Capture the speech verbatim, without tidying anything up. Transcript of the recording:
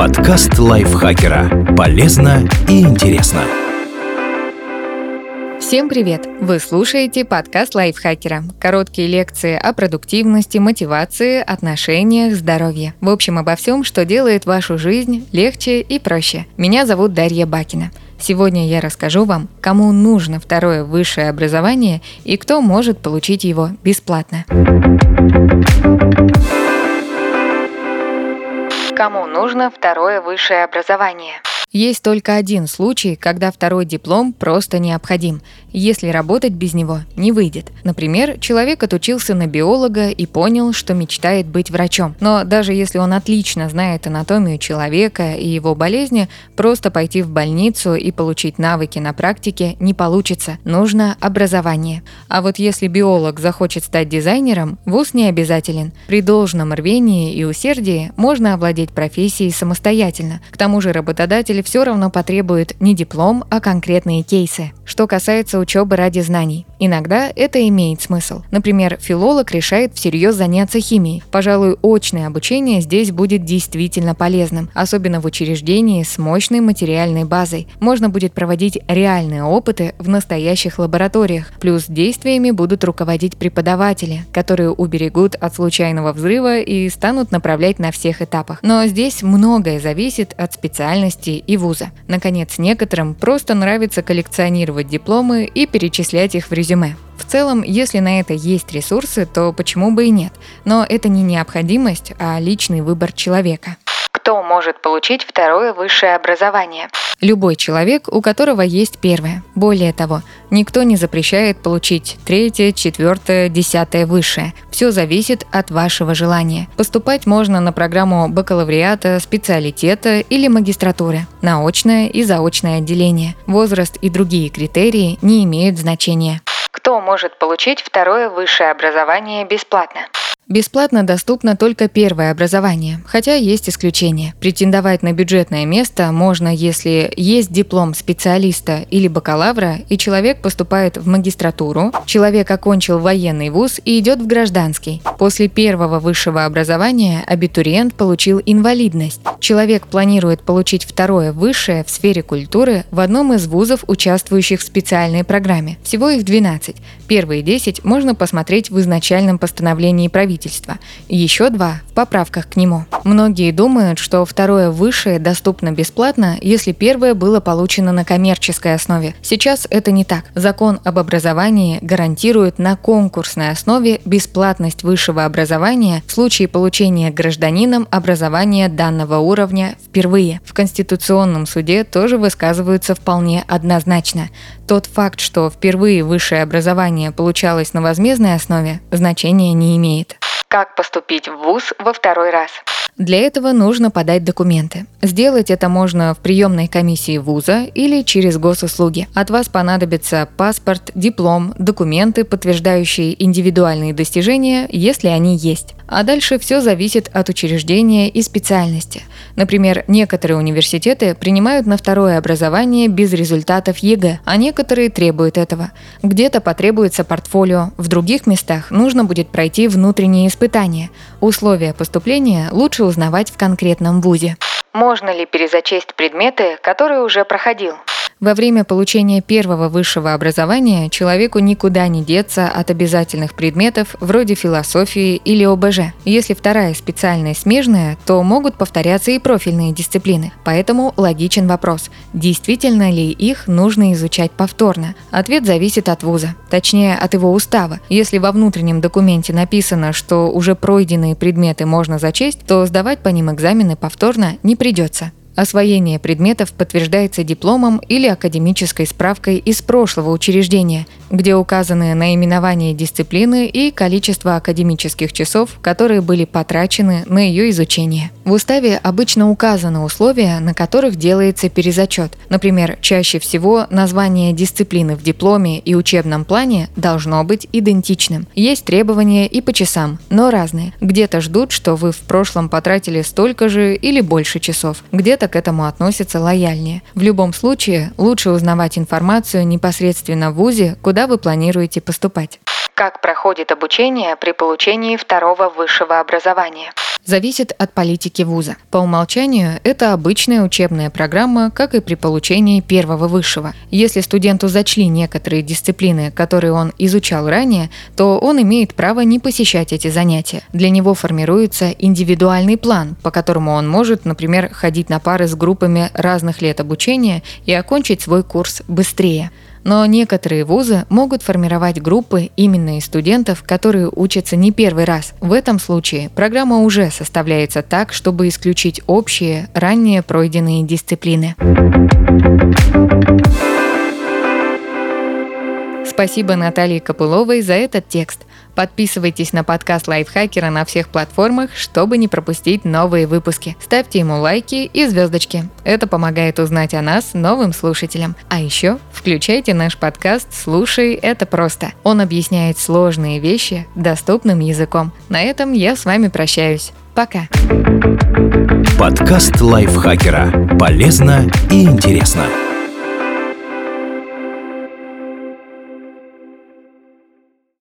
Подкаст лайфхакера. Полезно и интересно. Всем привет! Вы слушаете подкаст лайфхакера. Короткие лекции о продуктивности, мотивации, отношениях, здоровье. В общем, обо всем, что делает вашу жизнь легче и проще. Меня зовут Дарья Бакина. Сегодня я расскажу вам, кому нужно второе высшее образование и кто может получить его бесплатно. Кому нужно второе высшее образование? Есть только один случай, когда второй диплом просто необходим, если работать без него не выйдет. Например, человек отучился на биолога и понял, что мечтает быть врачом. Но даже если он отлично знает анатомию человека и его болезни, просто пойти в больницу и получить навыки на практике не получится. Нужно образование. А вот если биолог захочет стать дизайнером, вуз не обязателен. При должном рвении и усердии можно овладеть профессией самостоятельно. К тому же работодатель все равно потребует не диплом, а конкретные кейсы. Что касается учебы ради знаний. Иногда это имеет смысл. Например, филолог решает всерьез заняться химией. Пожалуй, очное обучение здесь будет действительно полезным, особенно в учреждении с мощной материальной базой. Можно будет проводить реальные опыты в настоящих лабораториях. Плюс действиями будут руководить преподаватели, которые уберегут от случайного взрыва и станут направлять на всех этапах. Но здесь многое зависит от специальности и вуза. Наконец, некоторым просто нравится коллекционировать дипломы и перечислять их в резюме. В целом, если на это есть ресурсы, то почему бы и нет? Но это не необходимость, а личный выбор человека. Кто может получить второе высшее образование? Любой человек, у которого есть первое. Более того, никто не запрещает получить третье, четвертое, десятое высшее. Все зависит от вашего желания. Поступать можно на программу бакалавриата, специалитета или магистратуры, на очное и заочное отделение. Возраст и другие критерии не имеют значения. Кто может получить второе высшее образование бесплатно? Бесплатно доступно только первое образование, хотя есть исключения. Претендовать на бюджетное место можно, если есть диплом специалиста или бакалавра, и человек поступает в магистратуру, человек окончил военный вуз и идет в гражданский. После первого высшего образования абитуриент получил инвалидность. Человек планирует получить второе высшее в сфере культуры в одном из вузов, участвующих в специальной программе. Всего их двенадцать. Первые десять можно посмотреть в изначальном постановлении правительства. Еще два в поправках к нему. Многие думают, что второе высшее доступно бесплатно, если первое было получено на коммерческой основе. Сейчас это не так. Закон об образовании гарантирует на конкурсной основе бесплатность высшего образования в случае получения гражданином образования данного уровня впервые. В Конституционном суде тоже высказываются вполне однозначно. Тот факт, что впервые высшее образование получалось на возмездной основе, значения не имеет. Как поступить в вуз во второй раз? Для этого нужно подать документы. Сделать это можно в приемной комиссии вуза или через госуслуги. От вас понадобится паспорт, диплом, документы, подтверждающие индивидуальные достижения, если они есть. А дальше все зависит от учреждения и специальности. Например, некоторые университеты принимают на второе образование без результатов ЕГЭ, а некоторые требуют этого. Где-то потребуется портфолио, в других местах нужно будет пройти внутренние испытания. Условия поступления лучше узнавать в конкретном вузе. Можно ли перезачесть предметы, которые уже проходил? Во время получения первого высшего образования человеку никуда не деться от обязательных предметов вроде философии или о бэ жэ. Если вторая специальность смежная, то могут повторяться и профильные дисциплины. Поэтому логичен вопрос, действительно ли их нужно изучать повторно? Ответ зависит от вуза, точнее от его устава. Если во внутреннем документе написано, что уже пройденные предметы можно зачесть, то сдавать по ним экзамены повторно не придется. Освоение предметов подтверждается дипломом или академической справкой из прошлого учреждения, где указаны наименование дисциплины и количество академических часов, которые были потрачены на ее изучение. В уставе обычно указаны условия, на которых делается перезачет. Например, чаще всего название дисциплины в дипломе и учебном плане должно быть идентичным. Есть требования и по часам, но разные. Где-то ждут, что вы в прошлом потратили столько же или больше часов, где-то к этому относятся лояльнее. В любом случае, лучше узнавать информацию непосредственно в вузе, куда вы планируете поступать. Как проходит обучение при получении второго высшего образования? зависит от политики вуза. По умолчанию это обычная учебная программа, как и при получении первого высшего. Если студенту зачли некоторые дисциплины, которые он изучал ранее, то он имеет право не посещать эти занятия. Для него формируется индивидуальный план, по которому он может, например, ходить на пары с группами разных лет обучения и окончить свой курс быстрее. Но некоторые вузы могут формировать группы именно из студентов, которые учатся не первый раз. В этом случае программа уже составляется так, чтобы исключить общие, ранее пройденные дисциплины. Спасибо Наталье Копыловой за этот текст. Подписывайтесь на подкаст Лайфхакера на всех платформах, чтобы не пропустить новые выпуски. Ставьте ему лайки и звездочки. Это помогает узнать о нас новым слушателям. А еще включайте наш подкаст «Слушай, это просто». Он объясняет сложные вещи доступным языком. На этом я с вами прощаюсь. Пока. Подкаст Лайфхакера. Полезно и интересно.